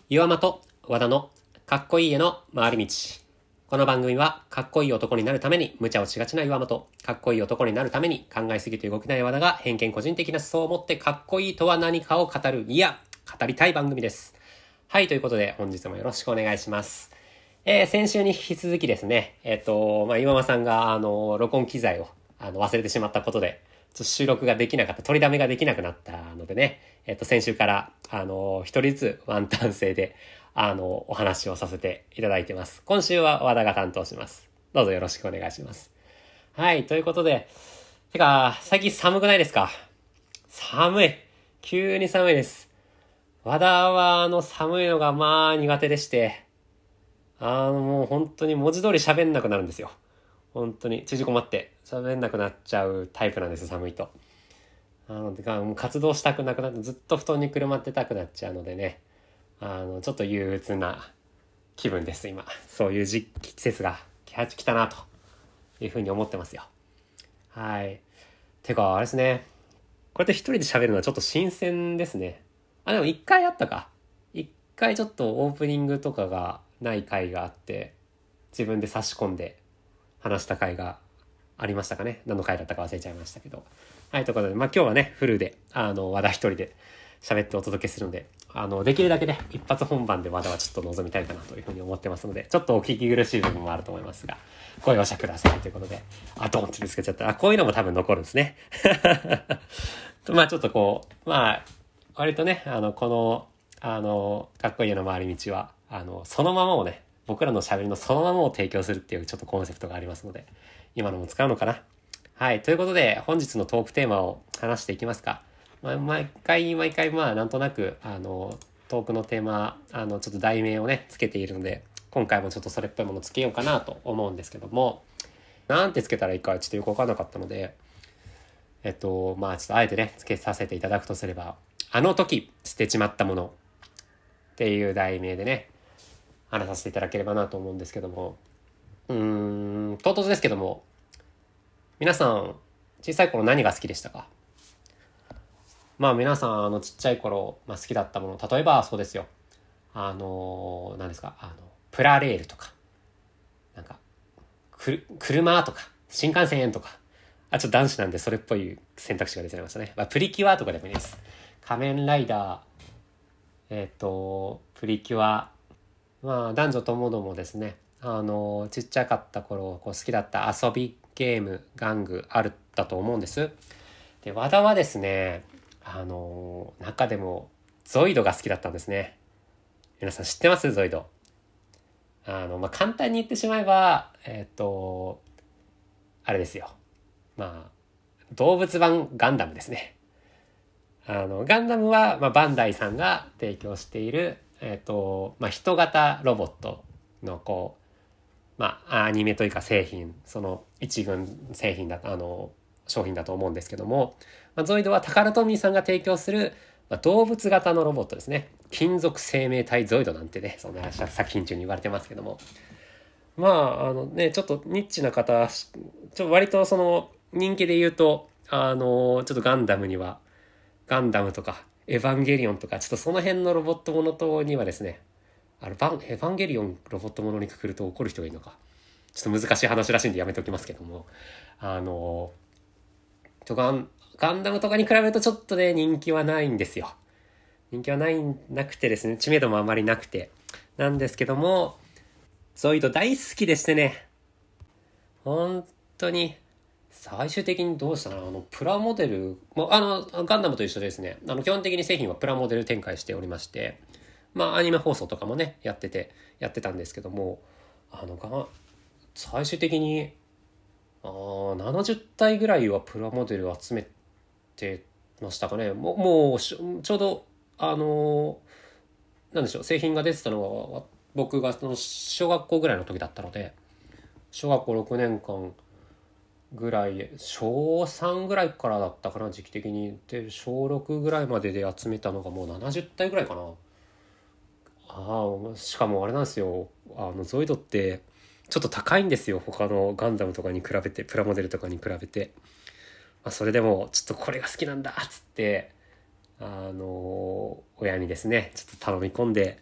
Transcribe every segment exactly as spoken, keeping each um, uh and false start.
岩間と和田のかっこいい家の回り道。この番組はかっこいい男になるために無茶をしがちな岩間とかっこいい男になるために考えすぎて動けない和田が偏見個人的な思想を持ってかっこいいとは何かを語る、いや語りたい番組です。はい、ということで本日もよろしくお願いします。えー、先週に引き続きですね、えっと、まあ、岩間さんがあの録音機材をあの忘れてしまったことでちょっと収録ができなかった、取りだめができなくなったのでね、えっと、先週から、あの、一人ずつワンタン制で、あの、お話をさせていただいてます。今週は和田が担当します。どうぞよろしくお願いします。はい、ということで、てか、最近寒くないですか？寒い。急に寒いです。和田は、あの、寒いのがまあ苦手でして、あの、もう本当に文字通り喋んなくなるんですよ。本当に縮こまって喋んなくなっちゃうタイプなんです、寒いと。なのでもう活動したくなくなってずっと布団にくるまってたくなっちゃうのでね、あのちょっと憂鬱な気分です今。そういう時季節が来たなというふうに思ってますよ。はい。てかあれですね、こうやって一人で喋るのはちょっと新鮮ですね。あ、でも一回あったか。一回ちょっとオープニングとかがない回があって、自分で差し込んで話した回がありましたかね。何の回だったか忘れちゃいましたけど。はい、ということで、まあ今日はね、フルで、あの、和田一人で喋ってお届けするので、あの、できるだけね、一発本番で和田はちょっと臨みたいかなというふうに思ってますので、ちょっとお聞き苦しい部分もあると思いますが、ご容赦くださいということで、あ、ドンってぶつけちゃった。あ、こういうのも多分残るんですね。まあちょっとこう、まあ、割とね、あの、この、あの、かっこいい家の回り道は、あの、そのままをね、僕らの喋りのそのままを提供するっていうちょっとコンセプトがありますので、今のも使うのかな。はい。ということで、本日のトークテーマを話していきますか。まあ、毎回毎回、まあ、なんとなく、あの、トークのテーマ、あの、ちょっと題名をね、つけているので、今回もちょっとそれっぽいものつけようかなと思うんですけども、なんてつけたらいいかちょっとよくわかんなかったので、えっと、まあ、ちょっとあえてね、つけさせていただくとすれば、あの時捨てちまったものっていう題名でね、話させていただければなと思うんですけども、うーん、唐突ですけども、皆さん、小さい頃何が好きでしたか？まあ皆さん、あの、ちっちゃい頃、まあ、好きだったもの、例えばそうですよ。あの、何ですか、あの、プラレールとか、なんか、く、車とか、新幹線とか、あ、ちょっと男子なんでそれっぽい選択肢が出ちゃいましたね。まあ、プリキュアとかでもいいです。仮面ライダー、えっと、プリキュア、まあ男女ともどもですね、あの、ちっちゃかった頃、こう好きだった遊び、ゲーム、玩具あるだと思うんです。で、和田はですね、あのー中でもゾイドが好きだったんですね。皆さん知ってます？ゾイド。あの、まあ、簡単に言ってしまえば、えっと、あれですよ。まあ、動物版ガンダムですね。あの、ガンダムは、まあ、バンダイさんが提供している、えっと、まあ、人型ロボットの、こう、まあ、アニメというか製品、その一軍製品だ、あの、商品だと思うんですけども、まあ、ゾイドはタカラトミーさんが提供する、まあ、動物型のロボットですね。金属生命体ゾイドなんてね、そんな作品中に言われてますけども。まあ、あのね、ちょっとニッチな方、ちょっと割とその人気で言うと、あの、ちょっとガンダムには、ガンダムとか、エヴァンゲリオンとか、ちょっとその辺のロボットものとにはですね、あの、バン、エヴァンゲリオンロボットものにくくると怒る人がいるのか。ちょっと難しい話らしいんでやめておきますけども。あの、とガン、ガンダムとかに比べるとちょっとね、人気はないんですよ。人気はない、なくてですね、知名度もあまりなくて。なんですけども、ゾイド大好きでしてね、本当に、最終的にどうしたのあの、プラモデル、まあ、あの、ガンダムと一緒でですね、あの、基本的に製品はプラモデル展開しておりまして、まあ、アニメ放送とかもね、やってて、やってたんですけども、あの、が、最終的に、あななじゅう体ぐらいはプラモデルを集めてましたかね。もう、もうちょうど、あのー、なんでしょう、製品が出てたのは、僕がその小学校ぐらいの時だったので、小学校ろくねんかんぐらい、小さんぐらいからだったかな、時期的に。で、小ろくぐらいまでで集めたのがもうななじゅう体ぐらいかな。ああ、しかもあれなんですよ。あの、ゾイドって、ちょっと高いんですよ。他のガンダムとかに比べて、プラモデルとかに比べて。まあ、それでも、ちょっとこれが好きなんだっつって、あの、親にですね、ちょっと頼み込んで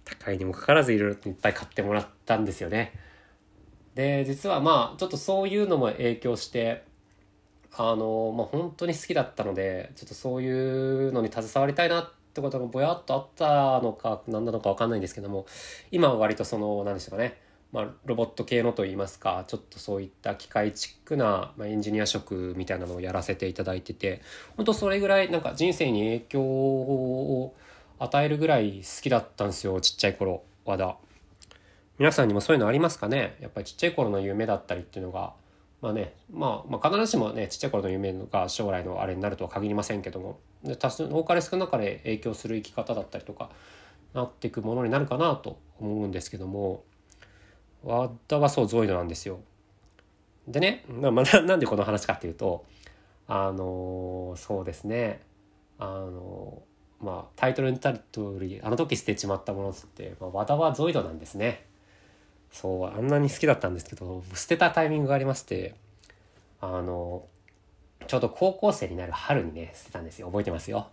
高いにもかかわらずいろいろといっぱい買ってもらったんですよね。で、実はまあちょっとそういうのも影響して、あのまあ本当に好きだったので、ちょっとそういうのに携わりたいなってことがぼやっとあったのか何なのか分かんないんですけども、今は割とその何でしょうかね、まあ、ロボット系のといいますか、ちょっとそういった機械チックな、まあ、エンジニア職みたいなのをやらせていただいてて、本当それぐらいなんか人生に影響を与えるぐらい好きだったんですよ、ちっちゃい頃。和田、皆さんにもそういうのありますかね。やっぱりちっちゃい頃の夢だったりっていうのが、まあね、まあ、まあ必ずしもね、ちっちゃい頃の夢が将来のあれになるとは限りませんけども、で多数多かれ少なかれ影響する生き方だったりとかなっていくものになるかなと思うんですけども、和田はそうゾイドなんですよ。でね、まあ、なんでこの話かっていうと、あのそうですね、あのまあタイトルにタイトルあの時捨てちまったものっつって、まあ、和田はゾイドなんですね。そうあんなに好きだったんですけど、捨てたタイミングがありまして、あのちょうど高校生になる春にね捨てたんですよ。覚えてますよ。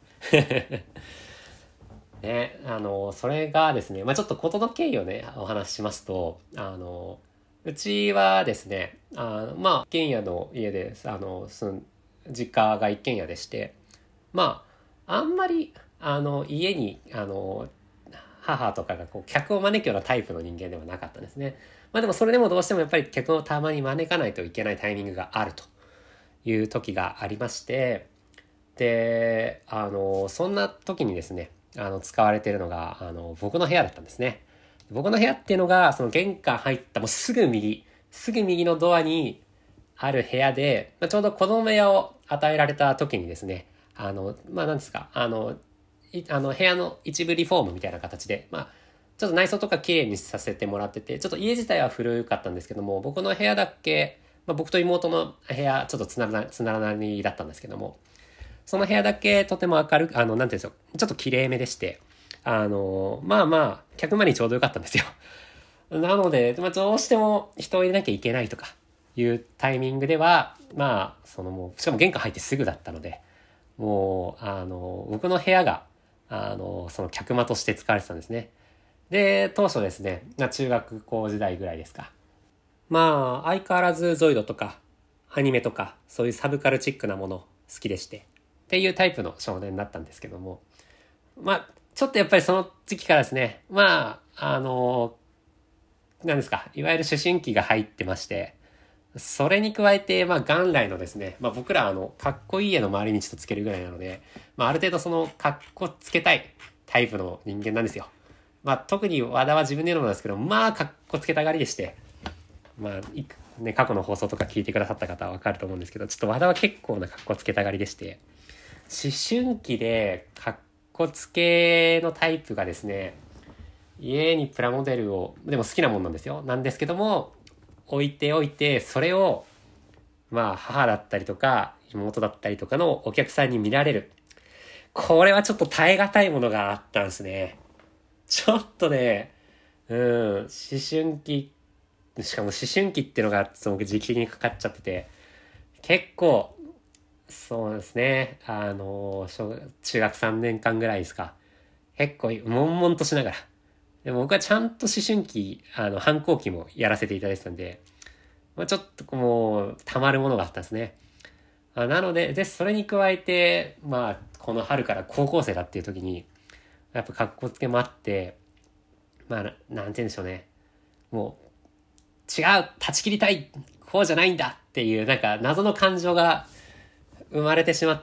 ね、あのそれがですね、まあ、ちょっと事の経緯をねお話ししますと、あのうちはですね、あのまあ一軒家の家であの住ん実家が一軒家でして、まああんまりあの家にあの母とかがこう客を招くようなタイプの人間ではなかったんですね。まあでもそれでもどうしてもやっぱり客をたまに招かないといけないタイミングがあるという時がありまして、であのそんな時にですね、あの使われているのがあの僕の部屋だったんですね。僕の部屋っていうのがその玄関入ったもうすぐ右すぐ右のドアにある部屋で、まあ、ちょうど子供部屋を与えられた時にですね、あのまあ何ですか、あのあの部屋の一部リフォームみたいな形で、まあちょっと内装とか綺麗にさせてもらってて、ちょっと家自体は古かったんですけども、僕の部屋だけ、まあ、僕と妹の部屋ちょっとつならつならないだったんですけども、その部屋だけとても明るく、あの、なんていうんですよ、ちょっと綺麗めでして、あの、まあまあ、客間にちょうどよかったんですよ。なので、まあ、どうしても人を入れなきゃいけないとかいうタイミングでは、まあ、そのもう、しかも玄関入ってすぐだったので、もう、あの、僕の部屋が、あの、その客間として使われてたんですね。で、当初ですね、まあ、中学校時代ぐらいですか。まあ、相変わらずゾイドとか、アニメとか、そういうサブカルチックなもの好きでして、っていうタイプの少年だったんですけども、まあ、ちょっとやっぱりその時期からですね、まあ、あの、何ですか、いわゆる思春期が入ってまして、それに加えて、まあ、元来のですね、まあ、僕ら、あの、かっこいい絵の周りにちょっとつけるぐらいなので、まあ、ある程度その、かっこつけたいタイプの人間なんですよ。まあ、特に和田は自分で言うのなんですけど、まあ、かっこつけたがりでして、まあ、いね、過去の放送とか聞いてくださった方はわかると思うんですけど、ちょっと和田は結構なかっこつけたがりでして、思春期でかっこつけのタイプがですね、家にプラモデルを、でも好きなもんなんですよ。なんですけども、置いておいて、それを、まあ、母だったりとか、妹だったりとかのお客さんに見られる。これはちょっと耐え難いものがあったんですね。ちょっとね、うん、思春期、しかも思春期っていうのが、その時期的にかかっちゃってて、結構、そうですね、あの、小中学さんねんかんぐらいですか。結構、悶々としながら。でも僕はちゃんと思春期、あの、反抗期もやらせていただいてたんで、まあ、ちょっともう、溜まるものがあったんですね。あなので、で、それに加えて、まあ、この春から高校生だっていう時に、やっぱ格好つけもあって、まあ、なんて言うんでしょうね。もう、違う断ち切りたいこうじゃないんだっていう、なんか謎の感情が生まれてしまって、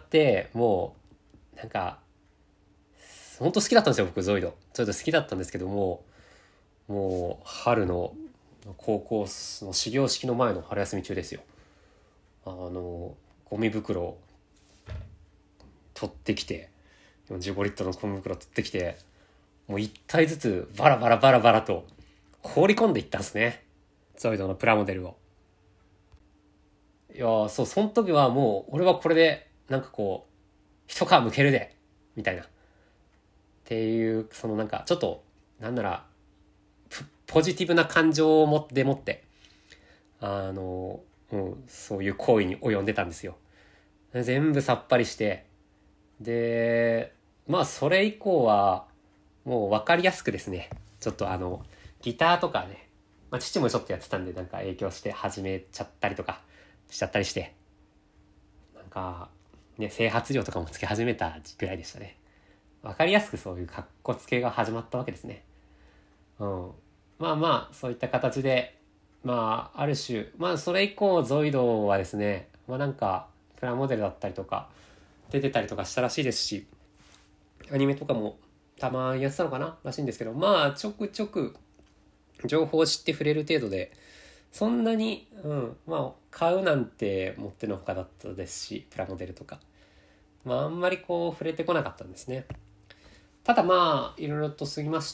もう、なんか、本当好きだったんですよ、僕、ゾイド。ゾイド好きだったんですけども、もう、春の高校の始業式の前の春休み中ですよ。あの、ゴミ袋を取ってきて、よんじゅうごリットルのゴミ袋取ってきて、もう一体ずつバラバラバラバラと放り込んでいったんですね。ゾイドのプラモデルを。いやー、そう、その時はもう、俺はこれで、なんかこう、一皮むけるで、みたいな。っていう、そのなんか、ちょっと、なんなら、ポジティブな感情を持って持って、あの、うん、そういう行為に及んでたんですよ。全部さっぱりして、で、まあ、それ以降は、もう分かりやすくですね、 ちょっとあのギターとかね、まあ、父もちょっとやってたんでなんか影響して始めちゃったりとかしちゃったりして、なんかね整髪料とかもつけ始めたぐらいでしたね。わかりやすくそういうかっこつけが始まったわけですね。うん、まあまあそういった形で、まあある種まあそれ以降ゾイドはですね、まあなんかプラモデルだったりとか出てたりとかしたらしいですし、アニメとかもたまにやってたのかならしいんですけど、まあちょくちょく情報を知って触れる程度で、そんなに、うん、まあ買うなんてもってのほかだったですし、プラモデルとかまああんまりこう触れてこなかったんですね。ただまあいろいろと過ぎまして、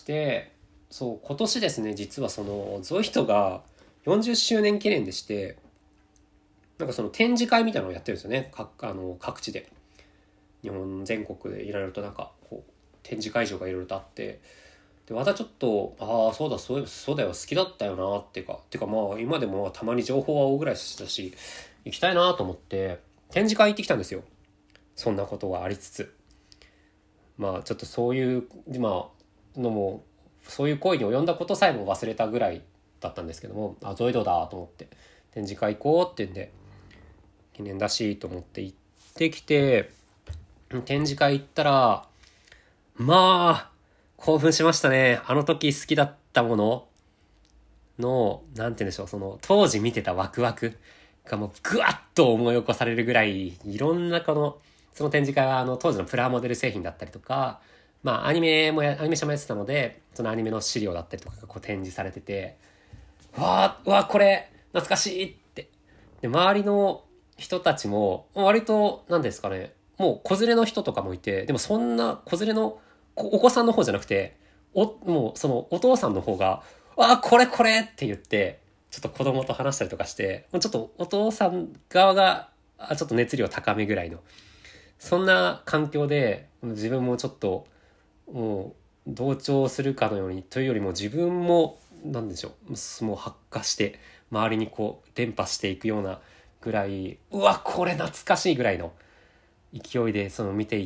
そう今年ですね、実はそのゾイドがよんじゅっしゅうねん記念でして、なんかその展示会みたいなのをやってるんですよね。各あの各地で日本全国でいろいろとなんかこう展示会場がいろいろとあって、でまたちょっとああそうだそうそうだよ好きだったよなっていうかっていうかまあ今でもたまに情報は追うぐらいしたし行きたいなと思って展示会行ってきたんですよ。そんなことがありつつ、まあちょっとそういうまあのもそういう行為に及んだことさえも忘れたぐらいだったんですけども、あゾイドだと思って展示会行こうって言うんで記念だしと思って行ってきて、展示会行ったらまあ興奮しましたね。あの時好きだったもののなんて言うんでしょう、その当時見てたワクワクがもうぐわっと思い起こされるぐらい、いろんなこのその展示会はあの当時のプラモデル製品だったりとか、まあアニメもやアニメーションもやってたのでそのアニメの資料だったりとかがこう展示されてて、わあわこれ懐かしいって。で周りの人たちも割と何ですかね、もう子連れの人とかもいて、でもそんな子連れのお子さんの方じゃなくて、おもうそのお父さんの方が「わあこれこれ!」って言ってちょっと子供と話したりとかして、ちょっとお父さん側がちょっと熱量高めぐらいのそんな環境で、自分もちょっともう同調するかのようにというよりも自分も何でしょう、もう発火して周りにこう伝播していくようなぐらい、うわこれ懐かしいぐらいの勢いでその見ていって、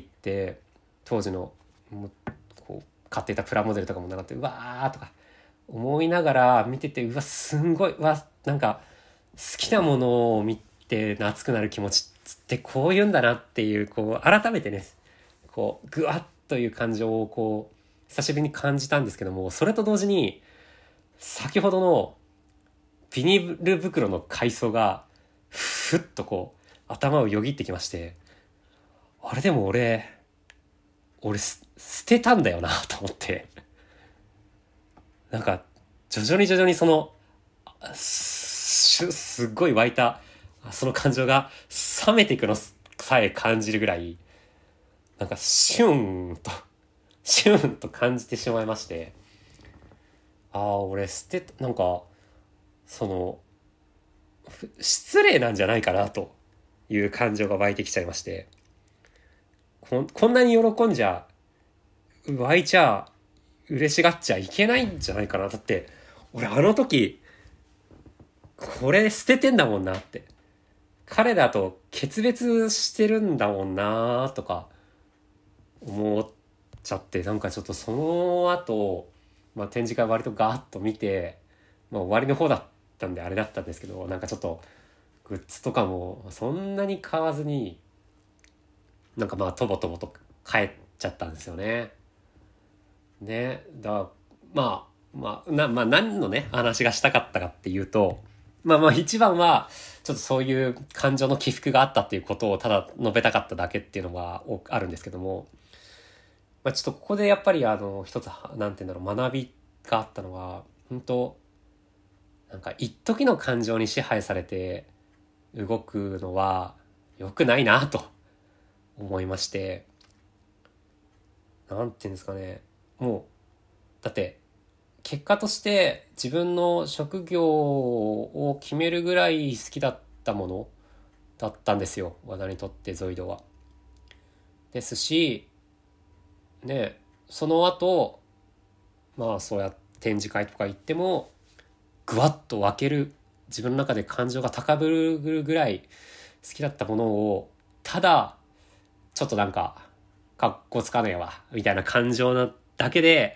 当時のもうこう買っていたプラモデルとかも習ってうわーとか思いながら見てて、うわすんごい、うわなんか好きなものを見て熱くなる気持ちってこういうんだなっていう、こう改めてねこうぐわっという感情をこう久しぶりに感じたんですけども、それと同時に先ほどのビニール袋の階層がふっとこう頭をよぎってきまして、あれでも俺俺捨てたんだよなと思って、なんか徐々に徐々にそのすすっごい湧いたその感情が冷めていくのさえ感じるぐらい、なんかシュンとシュンと感じてしまいまして、ああ俺捨てなんかその失礼なんじゃないかなという感情が湧いてきちゃいまして、こんこんなに喜んじゃ湧いちゃ嬉しがっちゃいけないんじゃないかな。だって俺あの時これ捨ててんだもんなって、彼だと決別してるんだもんなとか思っちゃって、なんかちょっとその後、まあ、展示会割とガーッと見て、まあ、終わりの方だったんであれだったんですけど、なんかちょっとグッズとかもそんなに買わずになんかまあとぼとぼと帰っちゃったんですよね。ねだまあまあなまあ何のね話がしたかったかっていうと、まあまあ一番はちょっとそういう感情の起伏があったっていうことをただ述べたかっただけっていうのはあるんですけども、まあ、ちょっとここでやっぱりあの一つなんていうんだろう学びがあったのは、本当なんか一時の感情に支配されて動くのは良くないなと思いまして、なんていうんですかね、もうだって結果として自分の職業を決めるぐらい好きだったものだったんですよ、和田にとってゾイドは。ですしね、その後まあそうやって展示会とか行ってもぐわっと分ける、自分の中で感情が高ぶるぐらい好きだったものをただちょっとなんかかっこつかねえわみたいな感情なだけで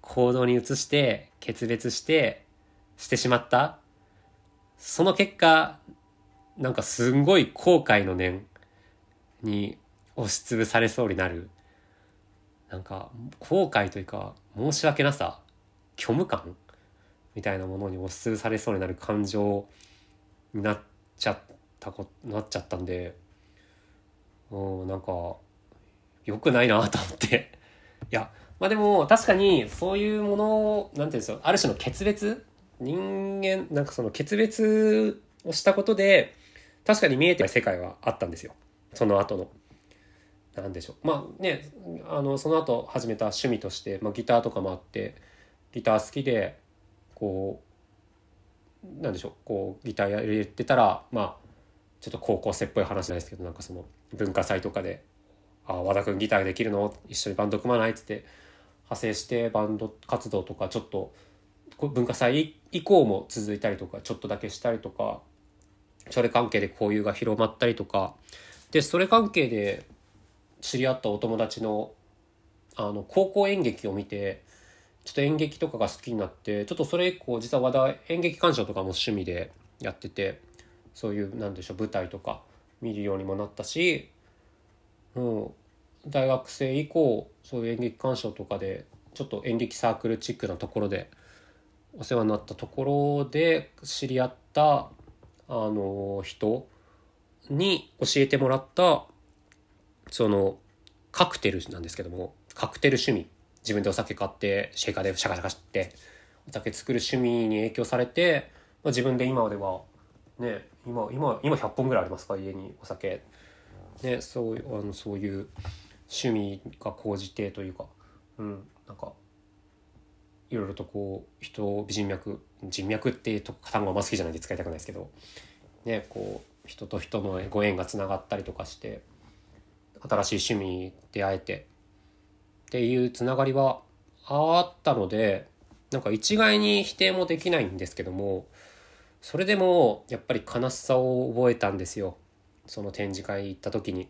行動に移して決別してしてしまった。その結果なんかすんごい後悔の念に押しつぶされそうになる、なんか後悔というか申し訳なさ、虚無感みたいなものに押しつぶされそうになる感情になっちゃったこなっちゃったんで、うん、なんか良くないなと思っていやまあでも確かにそういうものをなんていうんですよ、ある種の決別、人間なんかその決別をしたことで確かに見えてない世界はあったんですよ。その後のなんでしょう、まあね、あのその後始めた趣味として、まあ、ギターとかもあって、ギター好きでこうなんでしょう、こうギターやれてたら、まあちょっと高校生っぽい話じゃないですけど、なんかその文化祭とかで「あ和田君ギターできるの？一緒にバンド組まない？」っつって派生してバンド活動とかちょっと文化祭以降も続いたりとかちょっとだけしたりとか、それ関係で交友が広まったりとかで、それ関係で知り合ったお友達のあの高校演劇を見てちょっと演劇とかが好きになって、ちょっとそれ以降実は和田演劇鑑賞とかも趣味でやってて、そういうなんでしょう舞台とか見るようにもなったし、うん、大学生以降そういう演劇鑑賞とかでちょっと演劇サークルチックなところでお世話になったところで知り合ったあの人に教えてもらったそのカクテルなんですけども、カクテル趣味、自分でお酒買ってシェイカーでシャカシャカしてお酒作る趣味に影響されて、まあ、自分で今ではね、今今今ひゃっぽんぐらいありますか家にお酒ね、そういうあのそういう趣味が高じてというか、うんなんかいろいろとこう人美人脈人脈っていう単語はあんま好きじゃないんで使いたくないですけどね、こう人と人のご縁がつながったりとかして新しい趣味に出会えてっていうつながりはあったので、なんか一概に否定もできないんですけども、それでもやっぱり悲しさを覚えたんですよ、その展示会行った時に。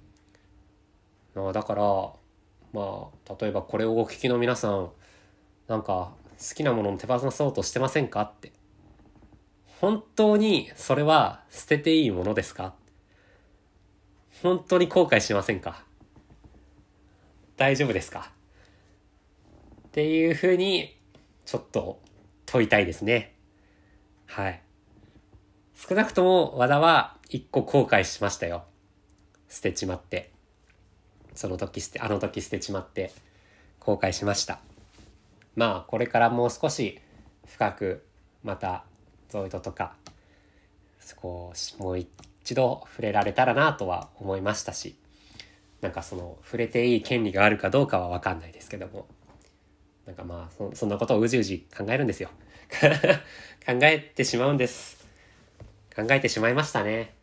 だからまあ例えばこれをお聞きの皆さん、なんか好きなものを手放そうとしてませんかって、本当にそれは捨てていいものですか？本当に後悔しませんか？大丈夫ですか？っていうふうにちょっと問いたいですね。はい。少なくとも和田は一個後悔しましたよ。捨てちまって。その時捨て、あの時捨てちまって後悔しました。まあこれからもう少し深くまたゾイドとかこうもう一度触れられたらなとは思いましたし、なんかその触れていい権利があるかどうかは分かんないですけども、なんかまあ そ, そんなことをうじうじ考えるんですよ考えてしまうんです。考えてしまいましたね。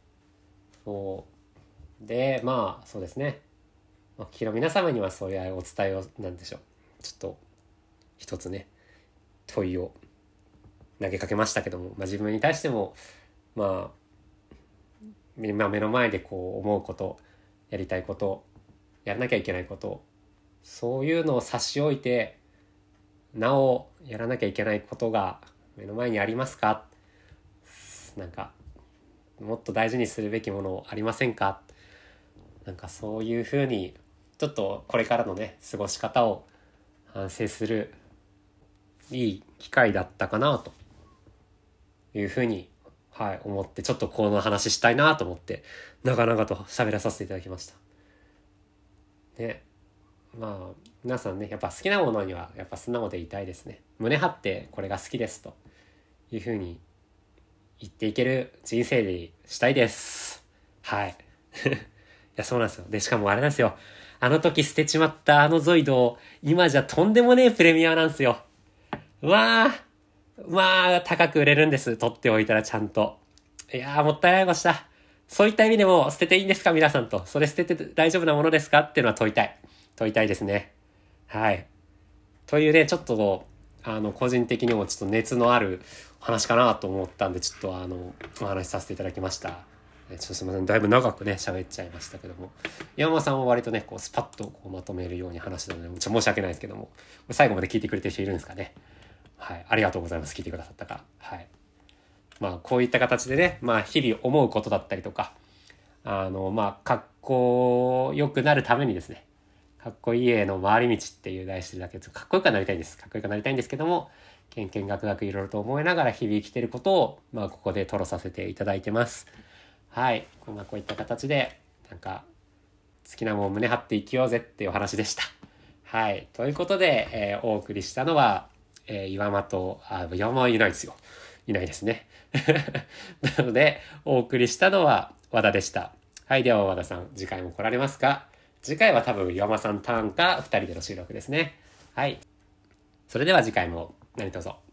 そうでまあそうですね、お聞きの皆様にはそういうお伝えをなんでしょう、ちょっと一つね問いを投げかけましたけども、まあ、自分に対してもまあ目の前でこう思うこと、やりたいこと、やらなきゃいけないこと、そういうのを差し置いてなおやらなきゃいけないことが目の前にありますか？なんかもっと大事にするべきものありませんか？なんかそういうふうにちょっとこれからのね過ごし方を反省するいい機会だったかなというふうに、はい、思って、ちょっとこの話したいなと思って長々と喋らさせていただきましたね。まあ皆さんねやっぱ好きなものにはやっぱ素直でいたいですね。胸張ってこれが好きですというふうに言っていける人生でしたいです。はいいやそうなんですよ。でしかもあれなんですよ、あの時捨てちまったあのゾイド今じゃとんでもねえプレミアなんですよ。わあまあ高く売れるんです、取っておいたらちゃんと。いやーもったいないことした。そういった意味でも捨てていいんですか皆さんと、それ捨てて大丈夫なものですかっていうのは問いたい問いたいですね。はいというね、ちょっとあの個人的にもちょっと熱のある話かなと思ったんで、ちょっとあのお話しさせていただきました。 ちょっとすみません。だいぶ長くね、喋っちゃいましたけども。岩間さんは割とね、こうスパッとこうまとめるように話したので、ちょっと申し訳ないですけども、最後まで聞いてくれてる人いるんですかね。はい。ありがとうございます。聞いてくださったか。はい。まあ、こういった形でね、まあ、日々思うことだったりとか、あの、まあ、かっこよくなるためにですね、かっこいい絵の回り道っていう題してるだけで、かっこよくなりたいんです。かっこよくなりたいんですけども、けんけんがくがくいろいろと思いながら日々生きてることを、まあ、ここで吐露させていただいてます。はい。まあ、こういった形で、なんか、好きなもん胸張って生きようぜっていうお話でした。はい。ということで、えーお送りしたのは、えー岩間と、あ、岩間はいないですよ。いないですね。なので、お送りしたのは和田でした。はい。では和田さん、次回も来られますか？次回は多分岩間さんターンかふたりでの収録ですね。はい。それでは次回も何卒